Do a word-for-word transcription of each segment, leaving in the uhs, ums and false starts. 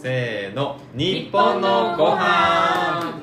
せーの、日本のご飯。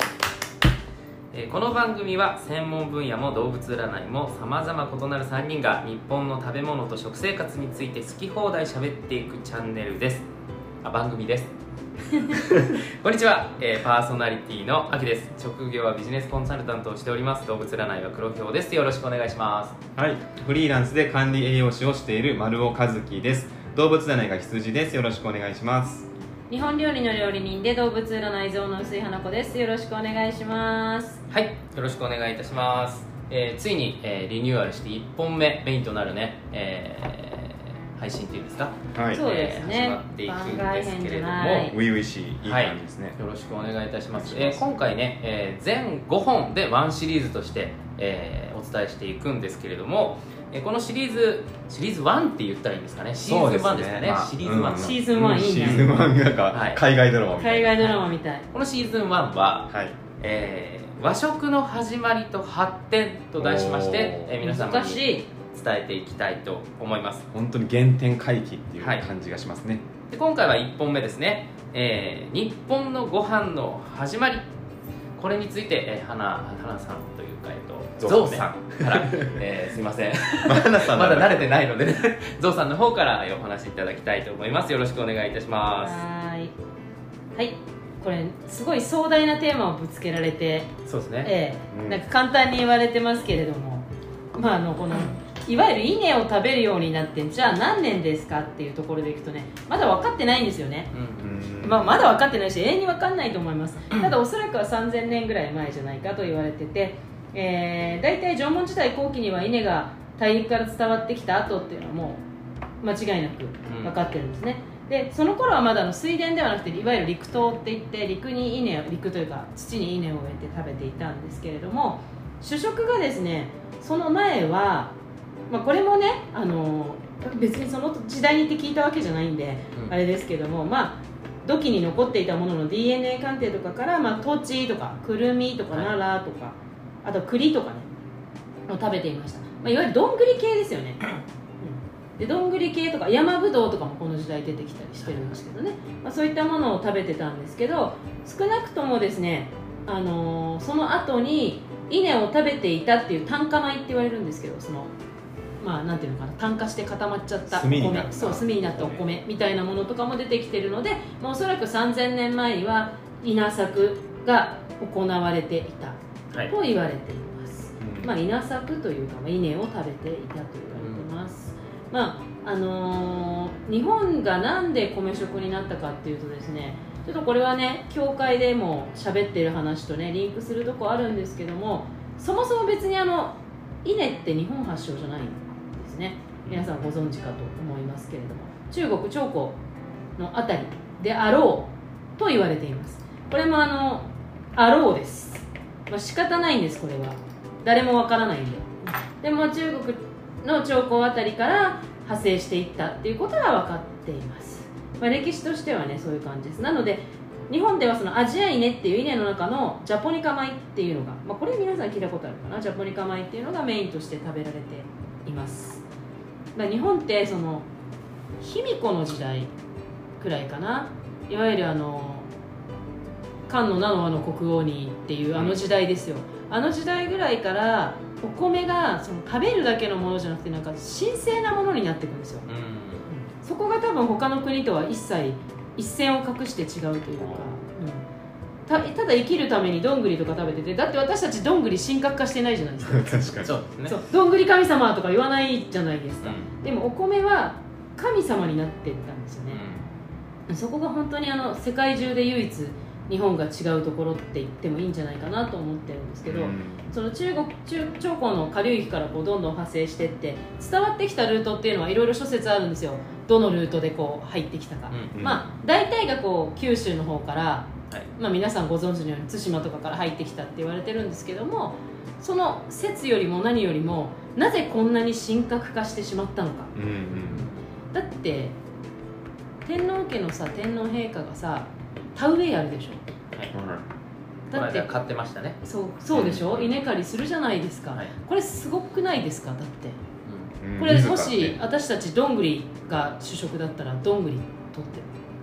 この番組は専門分野も動物占いも様々異なるさんにんが日本の食べ物と食生活について好き放題喋っていくチャンネルです。あ、番組ですこんにちは、えー、パーソナリティのあきです。職業はビジネスコンサルタントをしております。動物占いは黒ひょうです。よろしくお願いします。 はい、フリーランスで管理栄養士をしている丸尾和樹です。動物占いが羊です。よろしくお願いします。 日本料理の料理人で動物占い像の薄井花子です。よろしくお願いします。 はい、よろしくお願いいたします。えー、ついに、えー、リニューアルしていっぽんめメインとなるね、えー、配信っていうんですか、 はい、 そうですね、 えー、始まっていくんですけれども、 初初々しいいい感じですね、 はい、よろしくお願いいたします。えー、今回ね、えー、全ごほんでワンシリーズとして、えー、お伝えしていくんですけれども、えー、このシリーズシリーズワンって言ったらいいんですかね。シーズンワンですかね、まあ、シリーズワン、 うん、シーズンワンいいね。 シーズンワンなんか、はい、海外ドラマみたいな。 海外ドラマみたい。 このシーズンワンは、はい、えー、和食の始まりと発展と題しまして、えー、皆様に伝えていきたいと思います。 本当に原点回帰っていう感じがしますね。はい、 で今回はいっぽんめですね、えー、日本のご飯の始まり、これについて、えー、花, 花さんというか、えっとゾウさんから、えー、すいませんまだ慣れてないのでねゾウさんの方からお話しいただきたいと思います。よろしくお願いいたします。 はいはい、これすごい壮大なテーマをぶつけられて、 そうですね、 ええ、うん、なんか簡単に言われてますけれども、まあ、あのこのいわゆる稲を食べるようになってじゃあ何年ですかっていうところでいくとね、まだ分かってないんですよね。うん、まあ、まだ分かってないし永遠に分かんないと思います。ただおそらくはさんぜんねんぐらい前じゃないかと言われてて、えー、大体縄文時代後期には稲が大陸から伝わってきた後っていうのはもう間違いなく分かってるんですね。うん、でその頃はまだの水田ではなくていわゆる陸稲っていって陸に稲を陸というか土に稲を植えて食べていたんですけれども、主食がですねその前は、まあ、これもねあの別にその時代にって聞いたわけじゃないんで、うん、あれですけども、まあ土器に残っていたものの ディーエヌエー 鑑定とかから、まあ、土地とかくるみとか奈良とか、はい、あと栗とかねを食べていました。まあ、いわゆるどんぐり系ですよね。でどんぐり系とか山ぶどうとかもこの時代出てきたりしてるんですけどね、まあ、そういったものを食べてたんですけど、少なくともですね、あのー、その後に稲を食べていたっていう炭化米って言われるんですけど、そのまあなんていうのかな、炭化して固まっちゃったお米、そう炭になったお米みたいなものとかも出てきてるので、まあ、おそらくさんぜんねんまえには稲作が行われていたと言われています。はい、まあ、稲作というか、まあ、稲を食べていたと言われています。うん、まああのー、日本がなんで米食になったかっていうとですね、ちょっとこれはね教会でも喋ってる話とねリンクするとこあるんですけども、そもそも別にあの稲って日本発祥じゃないんですね。皆さんご存知かと思いますけれども、中国長江のあたりであろうと言われています。これもあのあろうです。まあ、仕方ないんです。これは誰もわからないんで。でも中国の長江あたりから派生していったっていうことは分かっています。まあ、歴史としてはねそういう感じです。なので日本ではそのアジア稲っていう稲の中のジャポニカ米っていうのが、まあ、これ皆さん聞いたことあるかな。ジャポニカ米っていうのがメインとして食べられています。まあ、日本ってその卑弥呼の時代くらいかな、いわゆるあの漢の名のあの国王にっていうあの時代ですよ。あの時代ぐらいからお米がその食べるだけのものじゃなくてなんか神聖なものになっていくんですよ。うん、うん、そこが多分他の国とは一切一線を画して違うというか、うん、た, ただ生きるためにどんぐりとか食べてて、だって私たちどんぐり神格化してないじゃないですか確かにそうですね。 そうどんぐり神様とか言わないじゃないですか。うん、でもお米は神様になっていったんですよね。うん、そこが本当にあの世界中で唯一日本が違うところって言ってもいいんじゃないかなと思ってるんですけど、うん、その中国中長江の下流域からこうどんどん派生していって伝わってきたルートっていうのはいろいろ諸説あるんですよ。どのルートでこう入ってきたか、うん、まあ大体がこう九州の方から、はい、まあ、皆さんご存知のように対馬とかから入ってきたって言われてるんですけども、その説よりも何よりもなぜこんなに神格化してしまったのか、うんうん、だって天皇家のさ天皇陛下がさ田植えやるでしょ。はい、 だって買ってましたね。 そうそうでしょ、うん、稲刈りするじゃないですか。はい、これすごくないですか。だって、うん、これもし私たちどんぐりが主食だったらどんぐり取って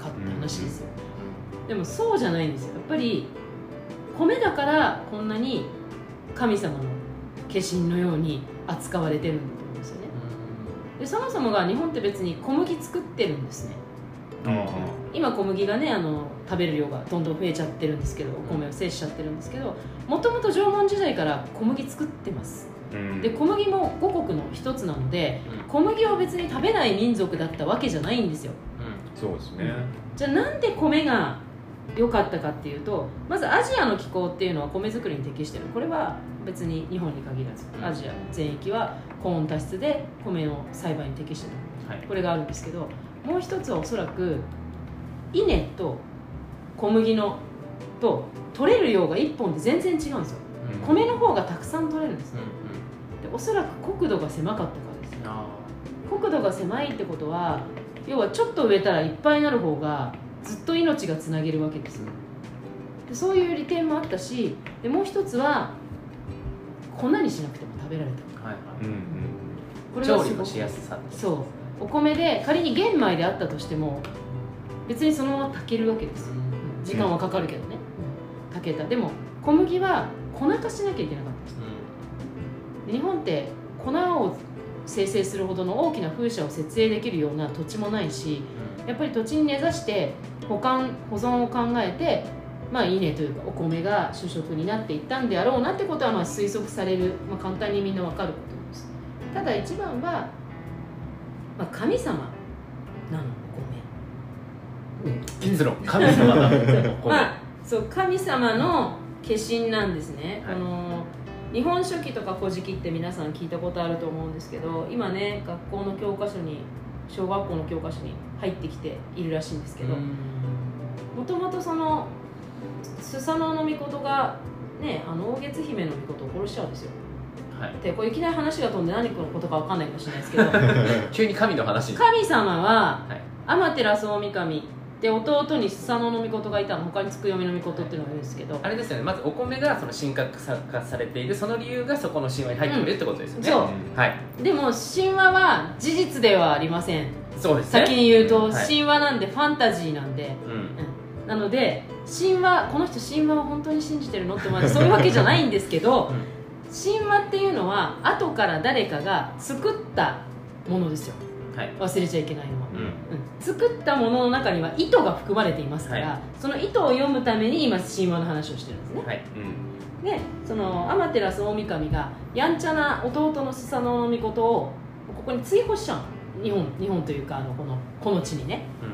かって話ですよ、うん、でもそうじゃないんですよ。やっぱり米だからこんなに神様の化身のように扱われてるんだと思うんですよね。でそもそもが日本って別に小麦作ってるんですね。今小麦がねあの食べる量がどんどん増えちゃってるんですけど、お米を制しちゃってるんですけど、もともと縄文時代から小麦作ってます。で小麦も五穀の一つなので、うん、小麦を別に食べない民族だったわけじゃないんですよ、 うん、そうですね。 じゃあなんで米が良かったかっていうと、まずアジアの気候っていうのは米作りに適してる。これは別に日本に限らずアジア全域は高温多湿で米の栽培に適してる、はい、これがあるんですけど、もう一つはおそらく稲と小麦のと取れる量がいっぽんで全然違うんですよ、うん、米の方がたくさん取れるんですね、うんうん、でおそらく国土が狭かったからです。あ国土が狭いってことは要はちょっと植えたらいっぱいになる方がずっと命がつなげるわけですよ。でそういう利点もあったし、でもう一つは粉にしなくても食べられた、はいはいうんうん、 これは調理のしやすさ。 そうお米で仮に玄米であったとしても別にそのまま炊けるわけですよ、うん、時間はかかるけどね、うん、炊けた。でも小麦は粉化しなきゃいけなかったです、うん、日本って粉を生成するほどの大きな風車を設営できるような土地もないし、うん、やっぱり土地に根ざして保管保存を考えて、まあ稲というかお米が主食になっていったんであろうなってことはまあ推測される、まあ、簡単にみんな分かることです。ただ一番は、まあ、神様なのお米、 結論神様なのお米、 まあ、そう神様の化身なんですね、はい、この日本書紀とか古事記って皆さん聞いたことあると思うんですけど、今ね学校の教科書に小学校の教科書に入ってきているらしいんですけど、もともとそのスサノオノミコトがねあの大月姫のミコトを殺しちゃうんですよ、はい、でこれいきなり話が飛んで何のことか分かんないかもしれないですけど急に神の話。 神様は、はい、天照大神で弟にスサノオノミコトがいたの、他につくよみのミコトっていうのがいるんですけど、 あれですよね、まずお米がその神格化されているその理由がそこの神話に入ってくるってことですよね、うん、 そう、 はい、 でも神話は事実ではありません。 そうですね、 先に言うと、はい、神話なんでファンタジーなんで、うんうん、なので神話この人神話を本当に信じてるのってまでそういうわけじゃないんですけど、うん、神話っていうのは後から誰かが作ったものですよ、はい、忘れちゃいけないのは、うんうん、作ったものの中には意図が含まれていますから、はい、その意図を読むために今神話の話をしてるんですね、はいうん、でその天照大神がやんちゃな弟のスサノオノミコトをここに追放しちゃうの。日本日本というかあのこのこの地にね、うん、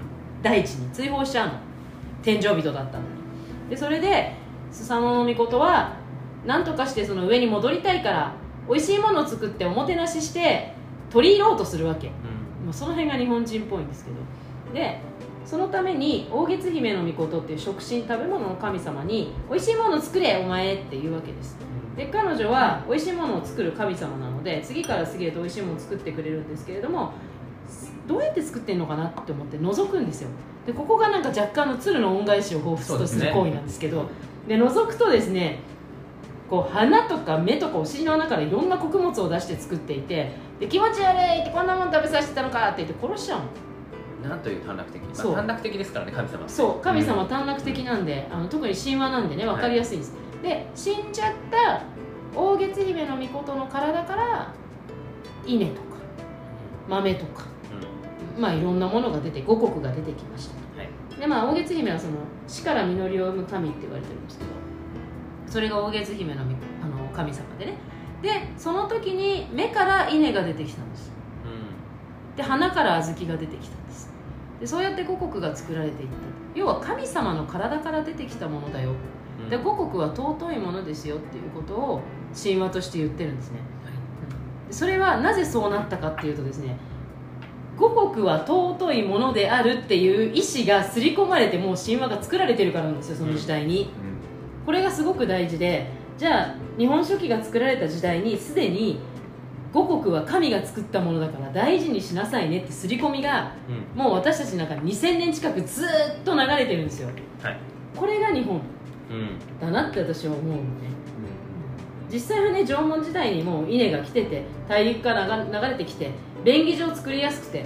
大地に追放しちゃうの。天井人だったのに。でそれでスサノオノミコトは何とかしてその上に戻りたいから美味しいものを作っておもてなしして取り入ろうとするわけ、うん、もうその辺が日本人っぽいんですけど、でそのために大月姫の命っていう食神食べ物の神様に美味しいものを作れお前って言うわけです。で彼女は美味しいものを作る神様なので次から次へと美味しいものを作ってくれるんですけれども、どうやって作ってんのかなって思って覗くんですよ。でここがなんか若干の鶴の恩返しを彷彿とする行為なんですけど、で、ね、覗くとですねこう鼻とか目とかお尻の穴からいろんな穀物を出して作っていて、で気持ち悪いってこんなもの食べさせてたのかって言って殺しちゃうの。 なんという短絡的、まあ、短絡的ですからね神様。 そう神様は短絡的なんで、うん、あの特に神話なんでね分かりやすいんです、はい、で死んじゃった大月姫の命の体から稲とか豆とか、うん、まあいろんなものが出て五穀が出てきました、はい、でまあ大月姫はその死から実りを生む神って言われてるんですけど、それが大月姫の、 あの神様でね、でその時に目から稲が出てきたんです、うん、で花から小豆が出てきたんです。でそうやって五穀が作られていった。要は神様の体から出てきたものだよ、うん、で五穀は尊いものですよっていうことを神話として言ってるんですね、はいうん、それはなぜそうなったかっていうとですね、五穀は尊いものであるっていう意思が刷り込まれてもう神話が作られてるからなんですよ、その時代に、うんうん、これがすごく大事で、じゃあ日本書紀が作られた時代にすでに五穀は神が作ったものだから大事にしなさいねって刷り込みが、うん、もう私たちの中ににせんねん近くずっと流れてるんですよ、はい、これが日本だなって私は思うのね、うん、実際はね縄文時代にもう稲が来てて大陸から流れてきて便宜上作りやすくて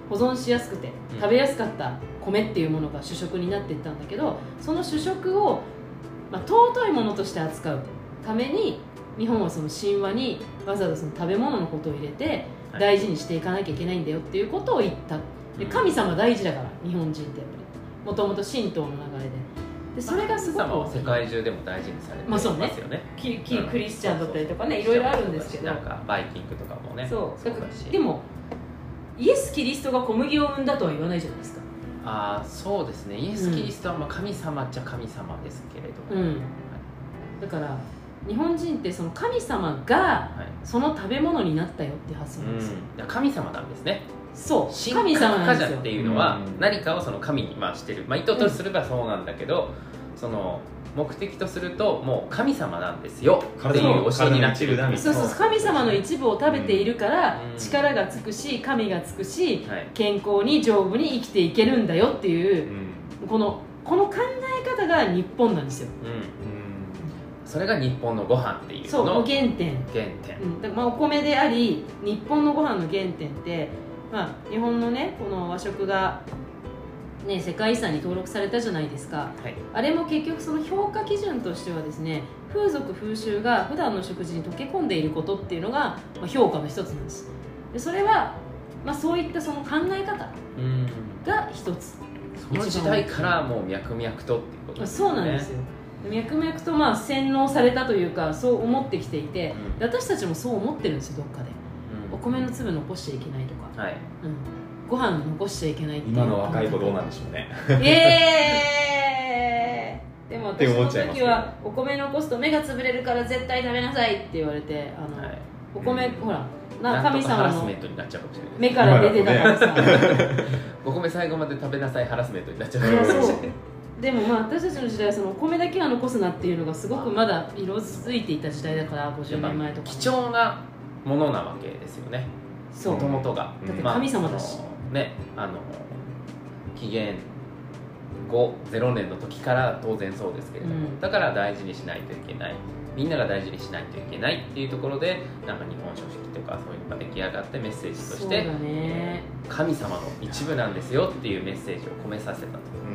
保存しやすくて食べやすかった米っていうものが主食になっていったんだけど、その主食を、まあ、尊いものとして扱うために日本はその神話にわざわざその食べ物のことを入れて大事にしていかなきゃいけないんだよっていうことを言った。で神様大事だから日本人ってやっぱりもともと神道の流れで、でそれがすごく神様は世界中でも大事にされてますよね。まあそうね、 キキクリスチャンだったりとかね、いろいろあるんですけど、 なんかバイキングとかもね、 そうだからでもイエス・キリストが小麦を生んだとは言わないじゃないですか。 ああそうですね、イエス・キリストはまあ神様っちゃ神様ですけれども、 うん、だから日本人ってその神様がその食べ物になったよって発想なんですよ、 うん、神様なんですね。 そう神様なんですよ。神っていうのはうん何かをその神にまあしてる、まあ、意図とすればそうなんだけど、うん、その目的とするともう神様なんですよっていう教えになってる。 そうそう、神様の一部を食べているから力がつくし神がつくし、はい、健康に丈夫に生きていけるんだよっていう、うん、このこの考え方が日本なんですよ、うんうん、 それが日本のご飯っていうのそう原点原点、 うん、だからまあお米であり日本のご飯の原点って、まあ、日本のねこの和食がね、世界遺産に登録されたじゃないですか、はい、あれも結局その評価基準としてはですね、風俗風習が普段の食事に溶け込んでいることっていうのが、まあ、評価の一つなんです。でそれは、まあ、そういったその考え方が一つ、 その時代からもう脈々とっていうことですね。 そうなんですよ。脈々とまあ洗脳されたというかそう思ってきていて、うん、私たちもそう思ってるんですよどっかで、うん、お米の粒残しちゃいけないとか、はい、うんご飯残しちゃいけないっていう。 今の若い子どうなんでしょうね。 えー、でも私の時はお米残すと目が潰れるから絶対食べなさいって言われて、あの、はい、お米、うん、ほらな神様の目から出てたからさお米最後まで食べなさいハラスメントになっちゃうかもしれない。 でもまあ私たちの時代はそのお米だけは残すなっていうのがすごくまだ色づいていた時代だからごじゅうねんまえとか、ね、 貴重なものなわけですよね。もともとがだって神様だし、 まあね、あの紀元後ゼロねんの時から当然そうですけれども、うん、だから大事にしないといけない、みんなが大事にしないといけないっていうところでなんか日本書式とかそういうのが出来上がってメッセージとして、ね、神様の一部なんですよっていうメッセージを込めさせたと、うん、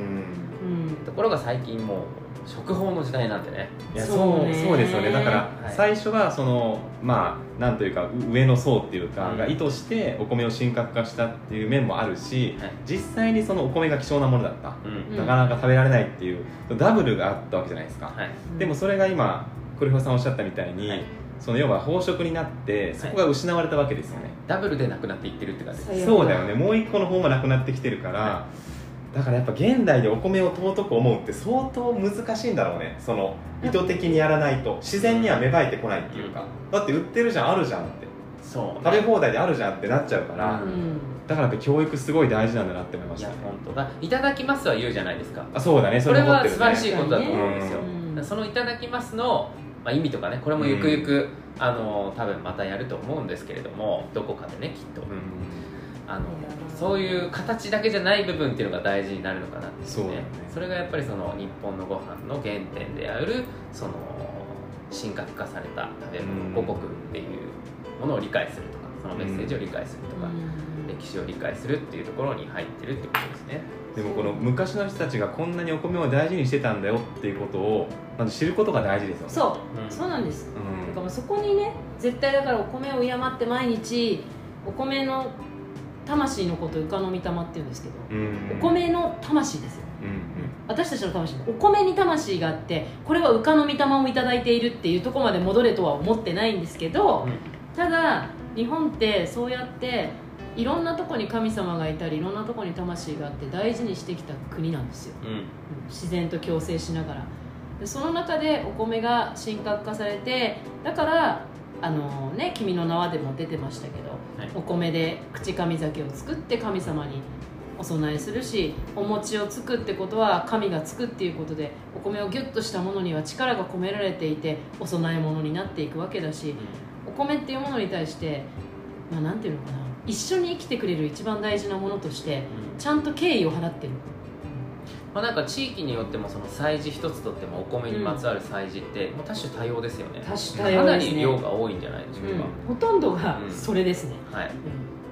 ところが最近もう食法の時代なんでね。 いや そう, そう, そうですよね。だから最初はその、まあなんというか上の層っていうか、うん、が意図してお米を神格化したっていう面もあるし、はい、実際にそのお米が貴重なものだった、うん、なかなか食べられないっていうダブルがあったわけじゃないですか、はい、でもそれが今黒ひょさんおっしゃったみたいに、はい、その要は飽食になってそこが失われたわけですよね、はい、 ダブルでなくなっていってるって感じです。 そうだよね。もう一個の方もなくなってきてるから、はいだからやっぱ現代でお米を尊く思うって相当難しいんだろうね。その意図的にやらないと自然には芽生えてこないっていうか、だって売ってるじゃんあるじゃんってそう、ね、食べ放題であるじゃんってなっちゃうから、うん、だからやっぱ教育すごい大事なんだなって思いましたね。 いや本当だ。いただきますは言うじゃないですか。 あそうだね。 それは素晴らしいことだと思うんですよ、うん、そのいただきますの、まあ、意味とかねこれもゆくゆく、うん、あの多分またやると思うんですけれどもどこかでねきっと、うんあのそういう形だけじゃない部分っていうのが大事になるのかなっていうね。そうだね。それがやっぱりその日本のご飯の原点であるその神格化された食べ物五穀っていうものを理解するとかそのメッセージを理解するとか歴史を理解するっていうところに入ってるってことですね。 でもこの昔の人たちがこんなにお米を大事にしてたんだよっていうことをまず知ることが大事ですよね。 そう、うん、そうなんです、うん、だからそこにね絶対だからお米を敬って毎日お米の魂のことをうかの御霊って言うんですけど、うん、お米の魂ですよ、うんうん、私たちの魂お米に魂があってこれはうかの御霊をいただいているっていうところまで戻れとは思ってないんですけど、うん、ただ日本ってそうやっていろんなとこに神様がいたりいろんなとこに魂があって大事にしてきた国なんですよ、うん、自然と共生しながらでその中でお米が神格化されてだからあのね、君の名はでも出てましたけど、はい、お米で口神酒を作って神様にお供えするしお餅をつくってことは神がつくっていうことでお米をギュッとしたものには力が込められていてお供え物になっていくわけだし、うん、お米っていうものに対して、まあ、なんていうのかな一緒に生きてくれる一番大事なものとしてちゃんと敬意を払ってる、 まあ、なんか地域によってもその祭事一つとってもお米にまつわる祭事ってもう多種多様ですよね。 多種多様ですね。 かなり量が多いんじゃないでしょうか、 うん、ほとんどがそれですね、 うん、はい、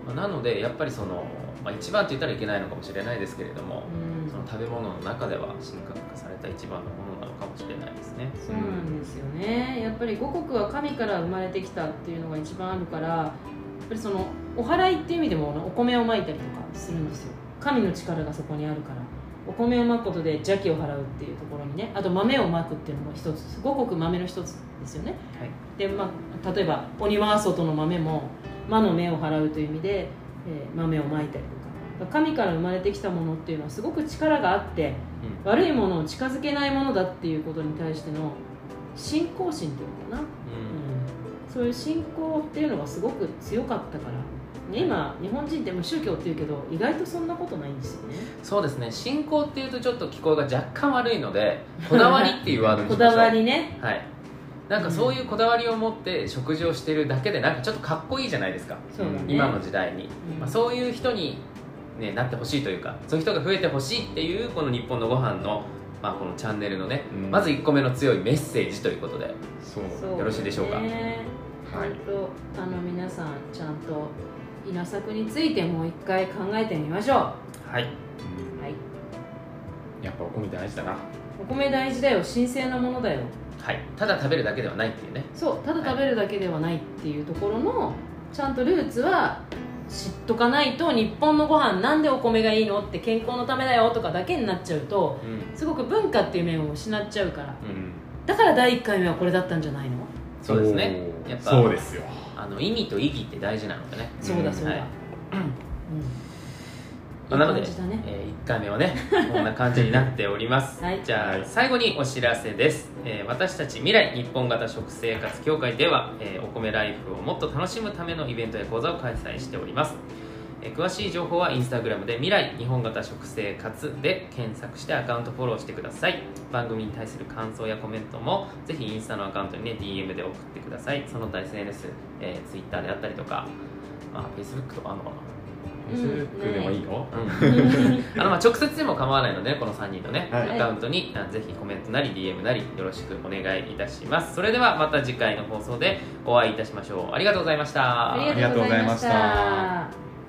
まあ、なのでやっぱりその、まあ、一番って言ったらいけないのかもしれないですけれども、うん、その食べ物の中では神格化された一番のものなのかもしれないですね。 そうなんですよね。やっぱり五穀は神から生まれてきたっていうのが一番あるから、やっぱりそのお祓いっていう意味でもお米をまいたりとかするんですよ。神の力がそこにあるから、お米をまくことで邪気を払うっていうところにね、あと豆をまくっていうのも一つ、五穀豆の一つですよね、はい、で、まあ、例えば鬼は外の豆も魔の目を払うという意味で、えー、豆をまいたりとか、神から生まれてきたものっていうのはすごく力があって、うん、悪いものを近づけないものだっていうことに対しての信仰心っていうのかな、うんうん、そういう信仰っていうのがすごく強かったから、今日本人っても宗教っていうけど意外とそんなことないんですよね。 そうですね、信仰っていうとちょっと聞こえが若干悪いので、こだわりっていうワードにしましょう。 こだわりね、 はい、なんかそういうこだわりを持って食事をしてるだけでなんかちょっとかっこいいじゃないですか、 そうだね、 今の時代に、 うん、 まあ、そういう人に、ね、なってほしいというか、そういう人が増えてほしいっていうこの日本のご飯の、まあ、このチャンネルのね、うん、まずいっこめの強いメッセージということで、そうよろしいでしょうか。 はい、とあの皆さんちゃんと稲作についてもう一回考えてみましょう。はい、はい、 やっぱお米大事だな。 お米大事だよ、神聖なものだよ。 はい、ただ食べるだけではないっていうね。 そう、ただ食べるだけではないっていうところの、はい、ちゃんとルーツは知っとかないと、日本のご飯なんでお米がいいのって健康のためだよとかだけになっちゃうと、うん、すごく文化っていう面を失っちゃうから、うん、だからだいいっかいめはこれだったんじゃないの。 そうですね、やっぱそうですよ、 あの意味と意義って大事なのでね。 そうだそうだ、はい、 うん、なので、ね、えー、いっかいめはねこんな感じになっております、はい、じゃあ最後にお知らせです、えー、私たち未来日本型食生活協会では、えー、お米ライフをもっと楽しむためのイベントや講座を開催しております。えー、詳しい情報はインスタグラムで未来日本型食生活で検索してアカウントフォローしてください。番組に対する感想やコメントもぜひインスタのアカウントにね ディーエム で送ってください。その他 エスエヌエス、えー、Twitter であったりとか、まあ、Facebook とかあるのかな、 フェイスブックでもいいよ、 うん、あのまあ直接でも構わないので、ね、このさんにんのね、はい、アカウントにぜひコメントなり ディーエム なりよろしくお願いいたします。それではまた次回の放送でお会いいたしましょう。ありがとうございました。 ありがとうございました。